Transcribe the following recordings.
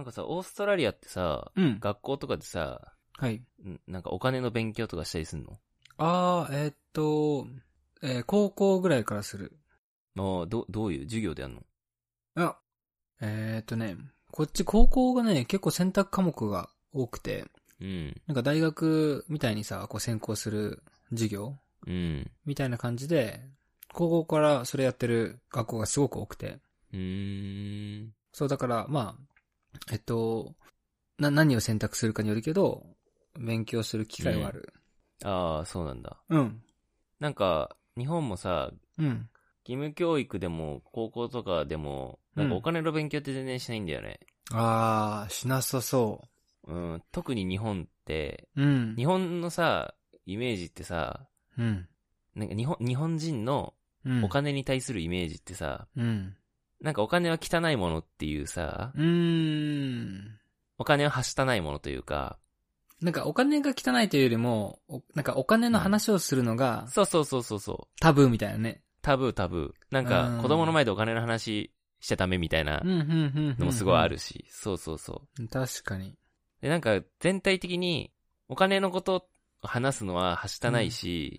かさ、オーストラリアってさ、 うん。 学校とかでさ、 はい。 なんかお金の勉強とかしたりすんの？ 高校ぐらいからする。 どういう授業でやんの？ あ、ね、こっち高校がね、結構選択科目が多くて、 うん。 なんか大学みたいにさ、こう専攻する授業うん。 みたいな感じで、高校からそれやってる学校がすごく多くて。そう、だから、まあ、何を選択するかによるけど、勉強する機会はある。 ああ、そうなんだ。 うん。 なんか、日本もさ、 うん。 義務教育でも、高校とかでも、なんかお金の勉強って全然しないんだよね。 しなさそうん、特に日本って、 う。うん。 日本のさ、イメージってさ、 うん。 なんか日本人のうん。 お金に対するイメージってさ、 うん。 なんかお金は汚いものっていうさ、 ん。 お金ははしたないものというか、 なんかお金が汚いというよりも、なんかお金の話をするのがそうそうそうそうそう。 タブーみたいなね。 タブー。なんか子供の前でお金の話しちゃダメみたいなのもすごいあるし、そうそうそう。 確かに。 で、なんか全体的にお金のことを話すのははしたないし、 うん。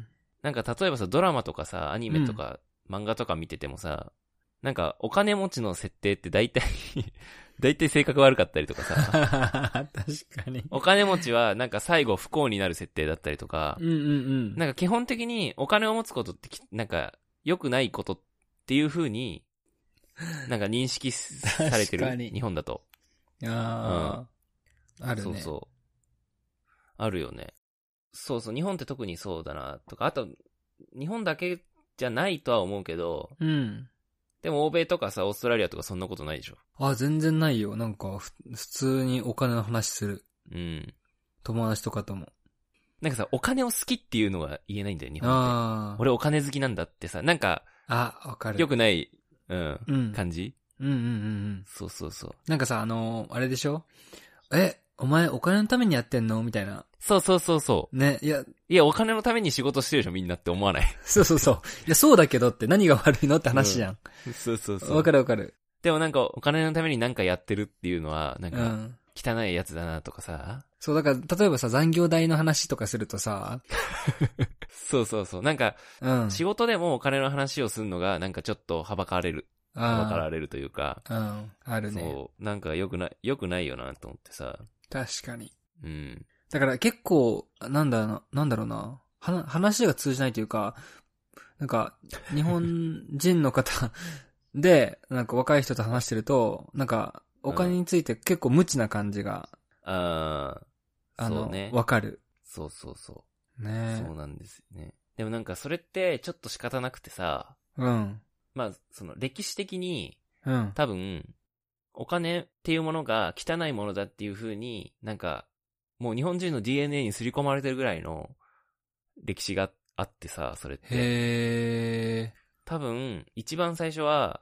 なんか例えばさ、ドラマとかさ、アニメとか、漫画とか見ててもさ、なんかお金持ちの設定って大体性格悪かったりとかさ、 確かに。 お金持ちはなんか最後不幸になる設定だったりとか、 うんうんうん。 なんか基本的にお金を持つことってなんか良くないことっていう風になんか認識されてる日本だと。 あるね。 そうそう。あるよね。そうそう、日本って特にそうだな、とか、あと、日本だけじゃないとは思うけど、 うん。 でも欧米とかさ、オーストラリアとかそんなことないでしょ。 全然ないよ。なんか、普通にお金の話する。 うん。 友達とかとも。 なんかさ、お金を好きっていうのが言えないんだよ、日本って。俺お金好きなんだってさ、なんか、 わかる。 良くない、感じ。そうそうそう。 なんかさ、あれでしょ？お前お金のためにやってんのみたいな。 そうそうそうそう。 ね、 いや、お金のために仕事してるでしょ、みんなって思わない。 そうそうそう。いや、そうだけどって何が悪いのって話じゃん。 そうそうそう。 わかるわかる。 でもなんか、お金のためになんかやってるっていうのは、なんか、汚いやつだなとかさ。 そう、だから、例えばさ、残業代の話とかするとさ、 そうそうそう。なんか、仕事でもお金の話をするのが、なんかちょっとはばかられるというか。 あるね。 そう、なんか良くないよなと思ってさ。 確かに。 うん。 だから結構、なんだろうな。話が通じないというか、なんか、日本人の方で、なんか若い人と話してると、なんか、お金について結構無知な感じが、 そうね。 わかる。 そうそうそう。 ねそうなんですよね。でもなんかそれってちょっと仕方なくてさ、まあ、その歴史的に、多分、お金っていうものが汚いものだっていう風に、なんか、もう日本人の DNA に刷り込まれてるぐらいの歴史があってさ、それって。多分、一番最初は、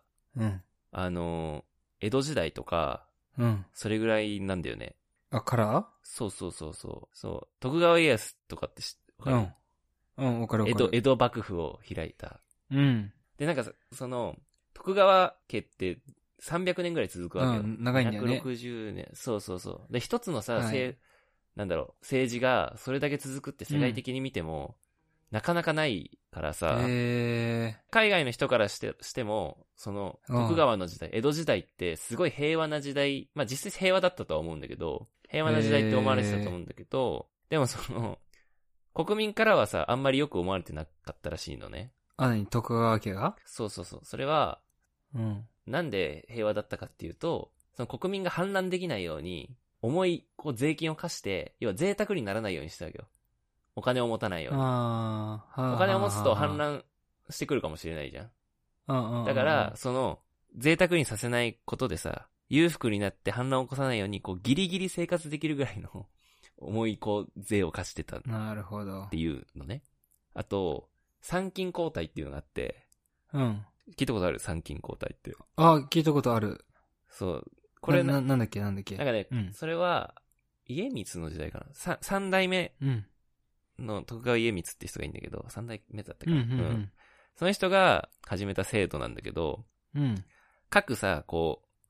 江戸時代とか、それぐらいなんだよね。そうそうそうそう。そう。徳川家康とかってわかる？ わかるわかる。 江戸幕府を開いた。で、なんか、徳川家って300年ぐらい続くわけよ。 長いんだよね。 160年。そうそうそう。で、一つのさ、政治がそれだけ続くって世界的に見ても、なかなかないからさ、海外の人からしても、徳川の時代、江戸時代ってすごい平和な時代、まあ実際平和だったとは思うんだけど、平和な時代って思われてたと思うんだけど、でも国民からはさ、あんまりよく思われてなかったらしいのね。 徳川家が？ そうそうそう。それは、なんで平和だったかっていうと、その国民が反乱できないように、重い税金を課して、要は贅沢にならないようにしたわけよ。お金を持たないように。お金を持つと反乱してくるかもしれないじゃん。だから、贅沢にさせないことでさ、裕福になって反乱を起こさないように、ギリギリ生活できるぐらいの重い税を課してた。 なるほど。 っていうのね。あと、参勤交代っていうのがあって、聞いたことある？参勤交代って。 聞いたことある。 そう。これなんだっけなんかね、それは、家光の時代かな。三代目の徳川家光って人がいいんだけど、三代目だったかな。その人が始めた制度なんだけど、各さ、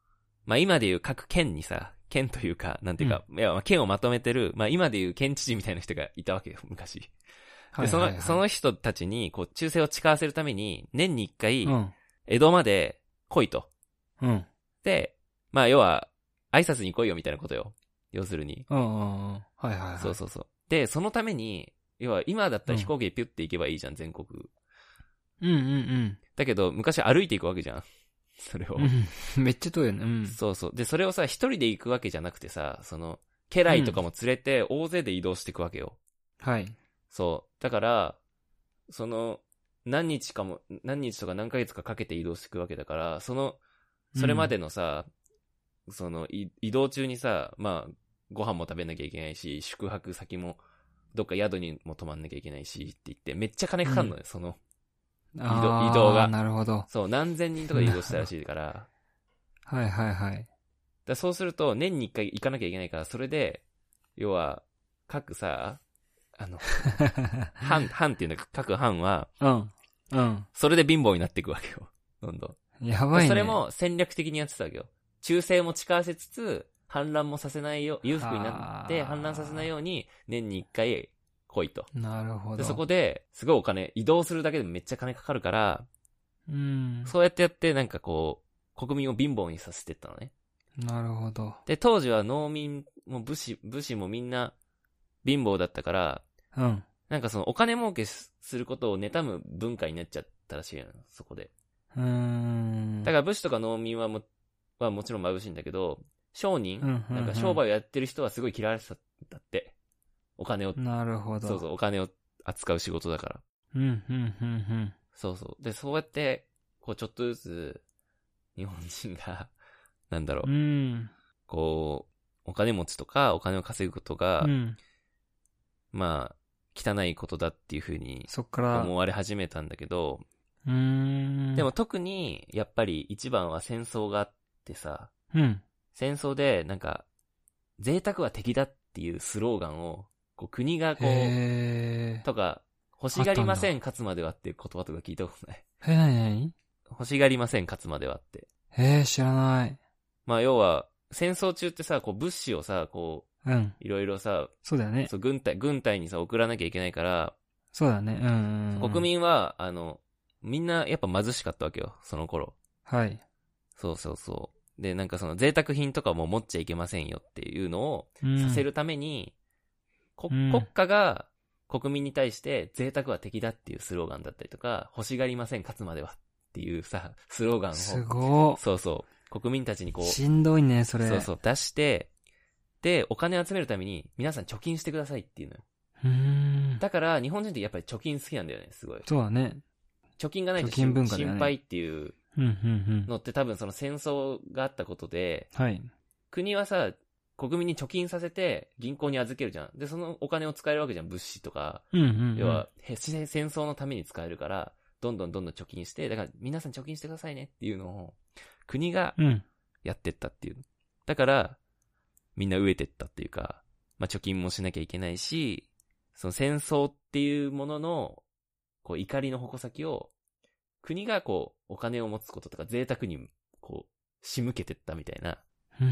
まあ今でいう各県にさ、県というか、なんていうか、いや、まあ県をまとめてる、まあ今でいう県知事みたいな人がいたわけよ、昔。で、その人たちに、こう、忠誠を誓わせるために、年に一回、江戸まで来いと。 うん。 で、まあ要は、挨拶に来いよみたいなことよ。要するに。 はいはいはい。 そうそうそう。で、そのために、要は今だったら飛行機でピュッて行けばいいじゃん、全国。 うんうんうん。 だけど、昔歩いていくわけじゃん。それを。 めっちゃ遠いよね。うん。 そうそう。で、それをさ、一人で行くわけじゃなくてさ、家来とかも連れて、大勢で移動していくわけよ。 はい。 そう。だから、何日とか何ヶ月かかけて移動していくわけだから、それまでのさ、移動中にさ、まあ、ご飯も食べなきゃいけないし、宿泊先も、どっか宿にも泊まんなきゃいけないしって言って、めっちゃ金かかんのよ、移動が。 なるほど。 そう、何千人とかで移動したらしいから。 はいはいはい。 そうすると、年に一回行かなきゃいけないから、それで、要は、各さ、藩っていうのか、各藩は、それで貧乏になっていくわけよ。どんどん。やばいね。 それも戦略的にやってたわけよ。忠誠も誓わせつつ、反乱もさせないよ、裕福になって反乱させないように、年に一回来いと。 なるほど。 で、そこで、すごいお金、移動するだけでもめっちゃ金かかるから、そうやってなんかこう、国民を貧乏にさせてったのね。 なるほど。 で、当時は農民も武士もみんな貧乏だったから、なんかお金儲けすることを妬む文化になっちゃったらしいのよ、そこで。だから武士とか農民はもちろん貧しいんだけど、商人、なんか商売をやってる人はすごい嫌われてたんだって。お金を。 なるほど。 そうそう、お金を扱う仕事だから。そうそう。で、そうやって、こうちょっとずつ、日本人が、なんだろう。こう、お金持ちとかお金を稼ぐことが、まあ、汚いことだっていう風に思われ始めたんだけど、でも特に、やっぱり一番は戦争があってさ、戦争でなんか、贅沢は敵だっていうスローガンを、こう国がこう、とか、欲しがりません勝つまではっていう言葉とか聞いたことない。 何欲しがりません勝つまではって。 知らない。 まあ要は、戦争中ってさ、こう物資をさ、こう、いろいろさ、 そうだよね。 軍隊にさ、送らなきゃいけないから、 そうだね。 国民は、みんなやっぱ貧しかったわけよ、その頃。 はい。 そうそうそう。で、なんか贅沢品とかも持っちゃいけませんよっていうのをさせるために、国家が国民に対して贅沢は敵だっていうスローガンだったりとか、欲しがりません勝つまではっていうさ、スローガンを。 すごい。 そうそう。国民たちにこう。 しんどいね、それ。 そうそう。出して、で、お金を集めるために皆さん貯金してくださいっていうのよ。だから日本人ってやっぱり貯金好きなんだよね、すごい。 そうだね。 貯金がないと心配っていうのって多分その戦争があったことで、国はさ、国民に貯金させて銀行に預けるじゃん。で、そのお金を使えるわけじゃん、物資とか。要は、戦争のために使えるから、どんどん貯金して、だから皆さん貯金してくださいねっていうのを、国がやってったっていう。だから、みんな飢えてったっていうか、まあ貯金もしなきゃいけないし、その戦争っていうものの、こう怒りの矛先を、国がこう、お金を持つこととか贅沢に、こう、仕向けてったみたいな。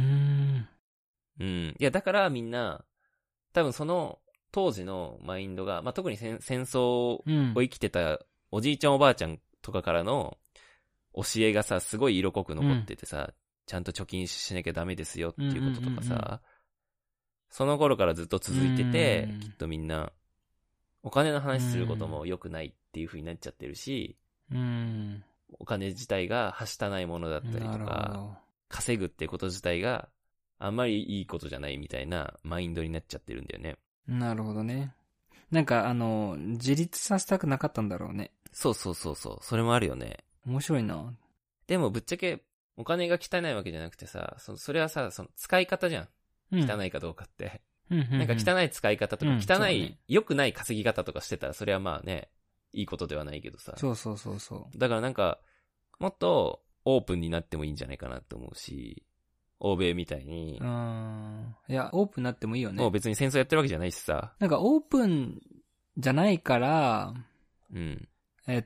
いや、だからみんな、多分その、当時のマインドが、まあ、特に戦争を生きてたおじいちゃんおばあちゃんとかからの教えがさ、すごい色濃く残っててさ、ちゃんと貯金しなきゃダメですよっていうこととかさ、その頃からずっと続いてて、きっとみんな、お金の話することも良くないっていう風になっちゃってるし、お金自体がはしたないものだったりとか、稼ぐってこと自体があんまりいいことじゃないみたいなマインドになっちゃってるんだよね。 なるほどね。なんか自立させたくなかったんだろうね。 そうそうそうそう。それもあるよね。 面白いな。 でもぶっちゃけお金が汚いわけじゃなくてさ、それはさ、その使い方じゃん。汚いかどうかって。なんか汚い使い方とか、汚い、良くない稼ぎ方とかしてたら、それはまあね、いいことではないけどさ。 そうそうそうそう。 だからなんか、もっとオープンになってもいいんじゃないかなって思うし、欧米みたいに。 いや、オープンになってもいいよね。 もう別に戦争やってるわけじゃないしさ。 なんかオープンじゃないから、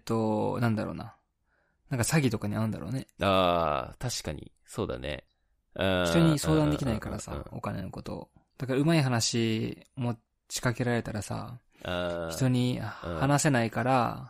なんだろうな。なんか詐欺とかに合うんだろうね。 確かに。そうだね。 人に相談できないからさ、お金のことを。だから上手い話持ちかけられたらさ、人に話せないから、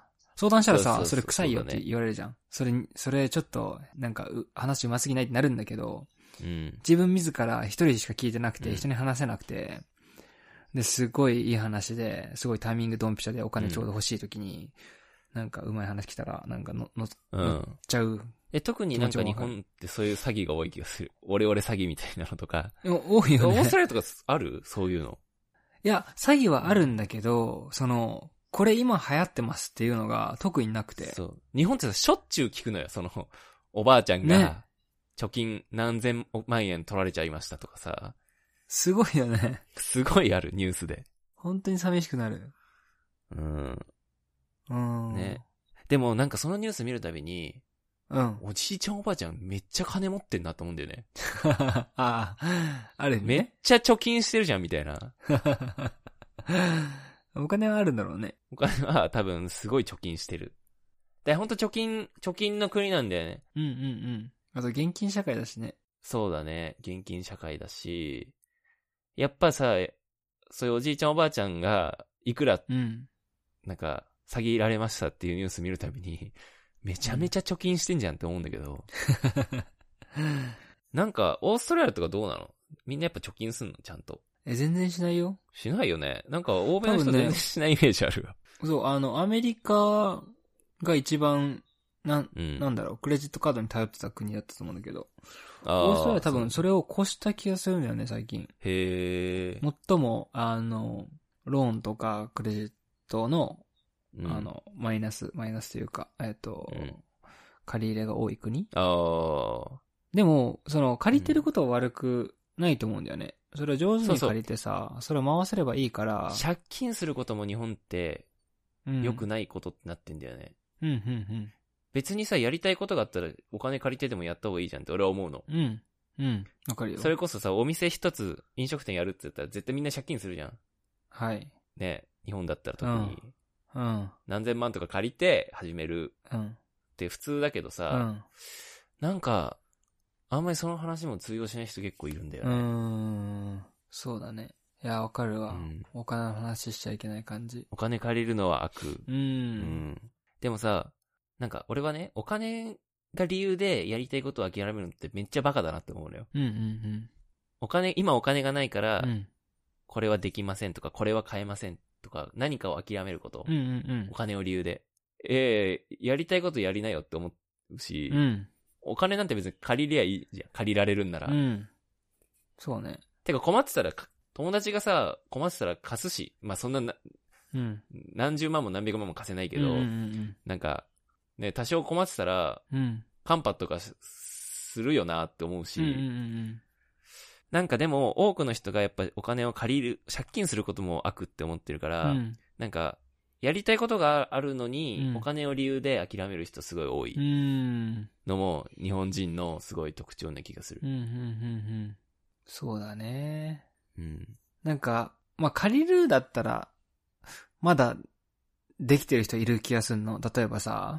相談したらさ、それ臭いよって言われるじゃん。それちょっと、なんか、話上手すぎないってなるんだけど、自分自ら一人しか聞いてなくて、人に話せなくて、で、すごいいい話で、すごいタイミングドンピシャでお金ちょうど欲しい時に、なんか上手い話来たら、なんか乗っちゃう。 特になんか日本ってそういう詐欺が多い気がする。オレオレ詐欺みたいなのとか。 多いよね。 オーストラリアとかあるそういうの。 いや、詐欺はあるんだけど、これ今流行ってますっていうのが特になくて。 そう。日本ってしょっちゅう聞くのよ。おばあちゃんが、貯金何千万円取られちゃいましたとかさ。 すごいよね。 すごいある、ニュースで。 本当に寂しくなる。 ね。でもなんかそのニュース見るたびに、おじいちゃんおばあちゃんめっちゃ金持ってんなと思うんだよね。 あるね。 めっちゃ貯金してるじゃんみたいな。 お金はあるんだろうね。 お金は多分すごい貯金してる。で、ほんと貯金の国なんだよね。 あと現金社会だしね。 そうだね。現金社会だし、やっぱさ、そういうおじいちゃんおばあちゃんが、いくら、なんか、詐欺られましたっていうニュース見るたびに、めちゃめちゃ貯金してんじゃんって思うんだけど。なんか、オーストラリアとかどうなの？みんなやっぱ貯金すんのちゃんと。 全然しないよ。 しないよね。なんか、欧米の人全然しないイメージあるわ。 そう、アメリカが一番、なんだろう、クレジットカードに頼ってた国だったと思うんだけど。オーストラリア多分それを越した気がするんだよね、最近。 へー。 最も、ローンとかクレジットの、マイナスというか、借り入れが多い国。でも、借りてることは悪くないと思うんだよね。それを上手に借りてさ、それを回せればいいから。 借金することも日本って、良くないことってなってんだよね。別にさ、やりたいことがあったらお金借りてでもやった方がいいじゃんって俺は思うの。 わかるよ。 それこそさ、お店一つ飲食店やるって言ったら絶対みんな借金するじゃん。 はい。 ね、日本だったら特に。何千万とか借りて始めるって普通だけどさ、なんか、あんまりその話も通用しない人結構いるんだよね。 そうだね。いや、わかるわ。お金の話しちゃいけない感じ。 お金借りるのは悪。でもさ、なんか俺はね、お金が理由でやりたいことを諦めるのってめっちゃバカだなって思うのよ。今お金がないから、これはできませんとか、これは買えませんとか、何かを諦めること。お金を理由で。やりたいことやりなよって思うし、お金なんて別に借りりゃいいじゃん。借りられるんなら。 そうね。 てか困ってたら、友達がさ、困ってたら貸すし、まあそんな何十万も何百万も貸せないけど、なんか、ね、多少困ってたら、カンパとかするよなって思うし、なんかでも多くの人がやっぱお金を借金することも悪って思ってるから、なんか、やりたいことがあるのに、お金を理由で諦める人すごい多いのも日本人のすごい特徴な気がする。 そうだね。なんか、まあ、借りるだったら、まだできてる人いる気がするの。例えばさ、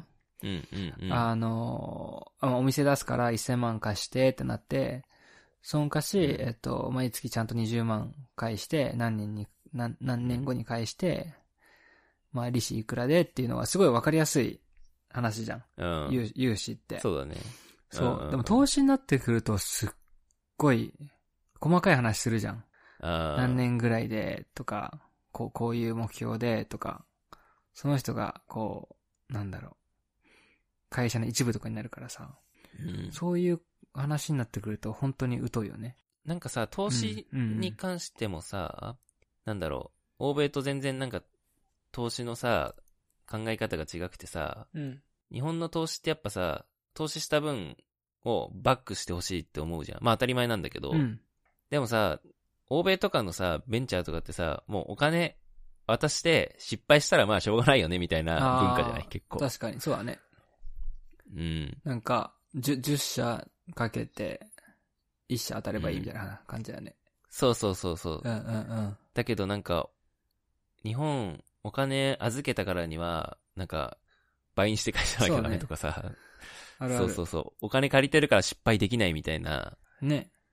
お店出すから1000万貸してってなって、その貸し、毎月ちゃんと20万返して、何年後に返して、まあ利子いくらでっていうのはすごいわかりやすい話じゃん。融資って。 そうだね。 そう。でも投資になってくるとすっごい細かい話するじゃん。何年ぐらいでとか、こういう目標でとか、その人がなんだろう。会社の一部とかになるからさ。そういう話になってくると本当に疎いよね。 なんかさ、投資に関してもさ、なんだろう。欧米と全然なんか、投資のさ、考え方が違くてさ、日本の投資ってやっぱさ、投資した分をバックしてほしいって思うじゃん。まあ当たり前なんだけど、でもさ、欧米とかのさ、ベンチャーとかってさ、もうお金渡して失敗したらまあしょうがないよねみたいな文化じゃない結構。 確かに、そうだね。なんか、10社かけて、1社当たればいいみたいな感じだね。 そう。だけどなんか、日本、お金預けたからには、なんか、倍にして返さなきゃダメとかさ。 あるある。 そう。お金借りてるから失敗できないみたいな。 ね。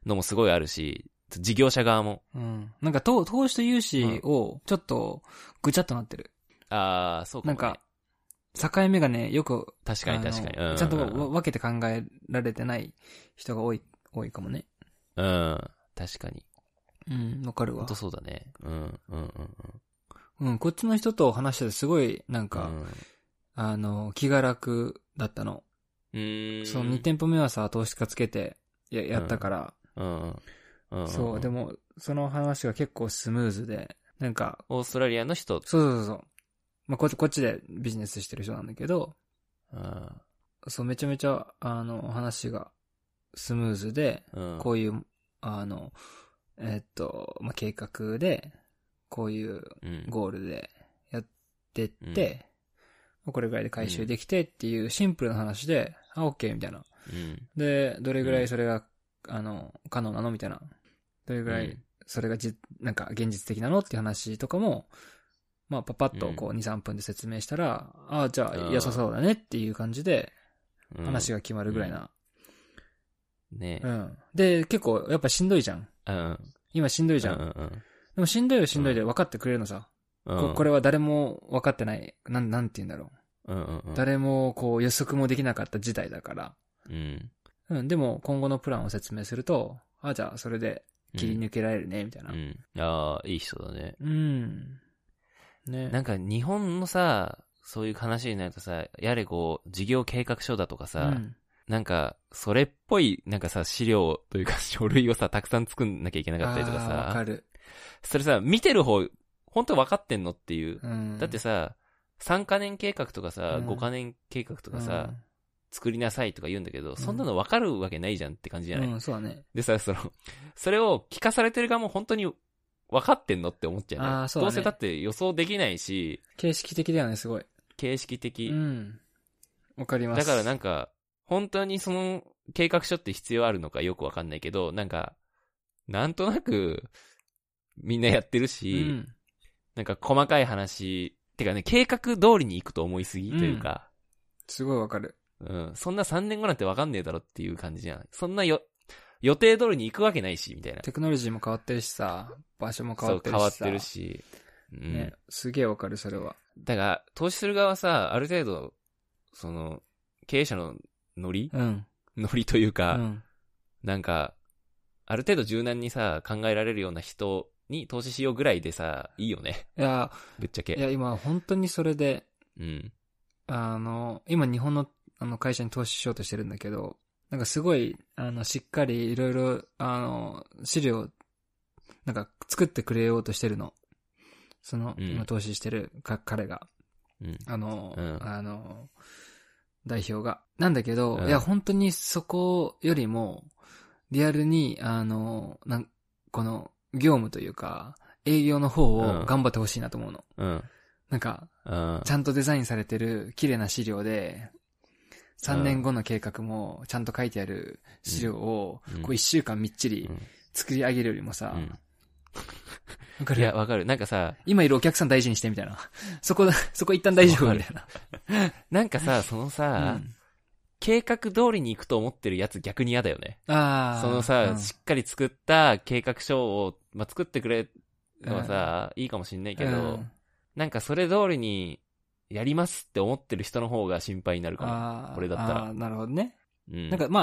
のもすごいあるし、事業者側も。 うん。なんか投資と融資を、ちょっと、ぐちゃっとなってる。 ああ、そうかもね。 なんか、境目がね、よく、 確かに確かに。 ちゃんと分けて考えられてない人が多いかもね。 うん。確かに。 うん、わかるわ。 ほんとそうだね。うん、うん、 うん、こっちの人と話しててすごい、なんか、気が楽だったの。その2店舗目はさ、投資家つけてやったから。そう、でも、その話が結構スムーズで、なんか。 オーストラリアの人。 そう。まあ、こっちでビジネスしてる人なんだけど、そう、めちゃめちゃ、話がスムーズで、こういう、まあ、計画で、こういうゴールでやってって、これぐらいで回収できてっていうシンプルな話で、OK みたいな。で、どれぐらいそれが、可能なのみたいな。どれぐらい、それがなんか現実的なのっていう話とかも、まあ、パパッとこう2、3分で説明したら、じゃあ良さそうだねっていう感じで、話が決まるぐらいな。 ね。 で、結構やっぱしんどいじゃん。今しんどいじゃん。でもしんどいはしんどいで分かってくれるのさ。これは誰も分かってない。なんて言うんだろう。誰もこう予測もできなかった事態だから。でも今後のプランを説明すると、じゃあそれで切り抜けられるね、みたいな。 ああ、いい人だね。 ね。 なんか日本のさ、そういう話になるとさ、やれこう、事業計画書だとかさ、なんか、それっぽい、なんかさ、資料というか書類をさ、たくさん作んなきゃいけなかったりとかさ。 わかる。 それさ、見てる方、本当分かってんのっていう。だってさ、3カ年計画とかさ、5カ年計画とかさ、作りなさいとか言うんだけど、そんなの分かるわけないじゃんって感じじゃない？ そうだね。 でさ、それを聞かされてる側も本当に分かってんのって思っちゃうね。 そうだね。 どうせだって予想できないし。 形式的だよね、すごい。 形式的。 わかります。 だからなんか、本当にその計画書って必要あるのかよくわかんないけど、なんか、なんとなく、みんなやってるし、なんか細かい話、てかね、計画通りに行くと思いすぎというか。 すごいわかる。 そんな3年後なんてわかんねえだろっていう感じじゃん。そんな予定通りに行くわけないし、みたいな。 テクノロジーも変わってるしさ、場所も変わってるしさ。 そう、変わってるし。 ね、すげえわかる、それは。 だから、投資する側はさ、ある程度、その、経営者のノリというか、なんか、ある程度柔軟にさ、考えられるような人に投資しようぐらいでさ、いいよね。 いや、 ぶっちゃけ。 いや、今本当にそれで、今日本の会社に投資しようとしてるんだけど、なんかすごい、しっかりいろいろ、資料、なんか作ってくれようとしてるの。今投資してる彼が。代表が。なんだけど、いや、本当にそこよりも、リアルに、この、業務というか、営業の方を頑張ってほしいなと思うの。なんか、ちゃんとデザインされてる綺麗な資料で、3年後の計画もちゃんと書いてある資料を、こう1週間みっちり作り上げるよりもさ、わかる？ いや、わかる。なんかさ、 今いるお客さん大事にしてみたいな。そこ一旦大丈夫みたいな。 なんかさ、そのさ、計画通りに行くと思ってるやつ逆に嫌だよね。そのさ、しっかり作った計画書を、作ってくれるのはさ、いいかもしんないけど、なんかそれ通りにやりますって思ってる人の方が心配になるかも。俺だったら。 なるほどね。なんか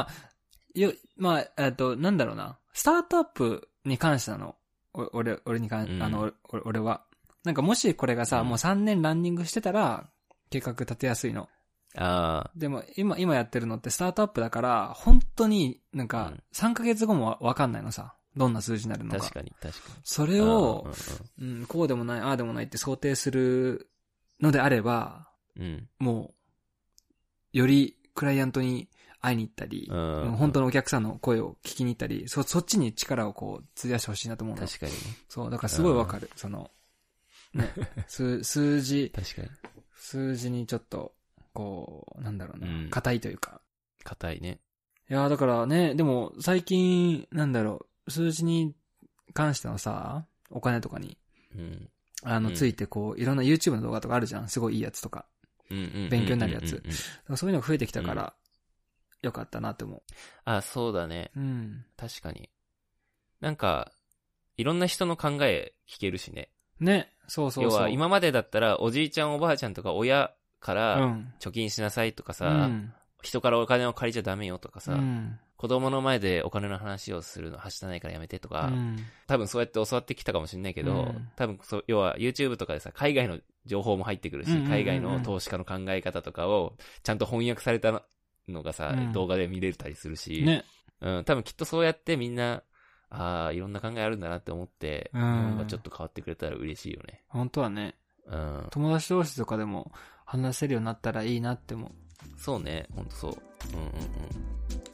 なんだろうな。スタートアップに関してなの。俺は。なんかもしこれがさ、もう3年ランニングしてたら、計画立てやすいの。でも今やってるのってスタートアップだから、本当になんか3ヶ月後もわかんないのさ。どんな数字になるのか。 確かに。 それを、こうでもない、ああでもないって想定するのであれば、もう、よりクライアントに会いに行ったり、本当のお客さんの声を聞きに行ったり、そっちに力をこう、費やしてほしいなと思うの。 確かにね。 そう、だからすごいわかる。ね、数字、 確かに。 数字にちょっと、こう、なんだろうな、硬いというか。 硬いね。 いや、だからね、でも最近、なんだろう、数字に関してのさ、お金とかに、ついてこう、いろんな YouTube の動画とかあるじゃん。すごいいいやつとか。勉強になるやつ。そういうのが増えてきたから、よかったなって思う。 そうだね。確かに。 なんか、いろんな人の考え聞けるしね。 ね。そうそうそう。 要は今までだったらおじいちゃんおばあちゃんとか親から貯金しなさいとかさ、人からお金を借りちゃダメよとかさ、子供の前でお金の話をするのはしたないからやめてとか、多分そうやって教わってきたかもしれないけど、多分要は YouTube とかでさ、海外の情報も入ってくるし、海外の投資家の考え方とかをちゃんと翻訳されたのがさ、動画で見れたりするし、ね。多分きっとそうやってみんな、いろんな考えあるんだなって思って、日本がちょっと変わってくれたら嬉しいよね。 本当はね。友達同士とかでも話せるようになったらいいなって思う。 そうね、ほんとそう。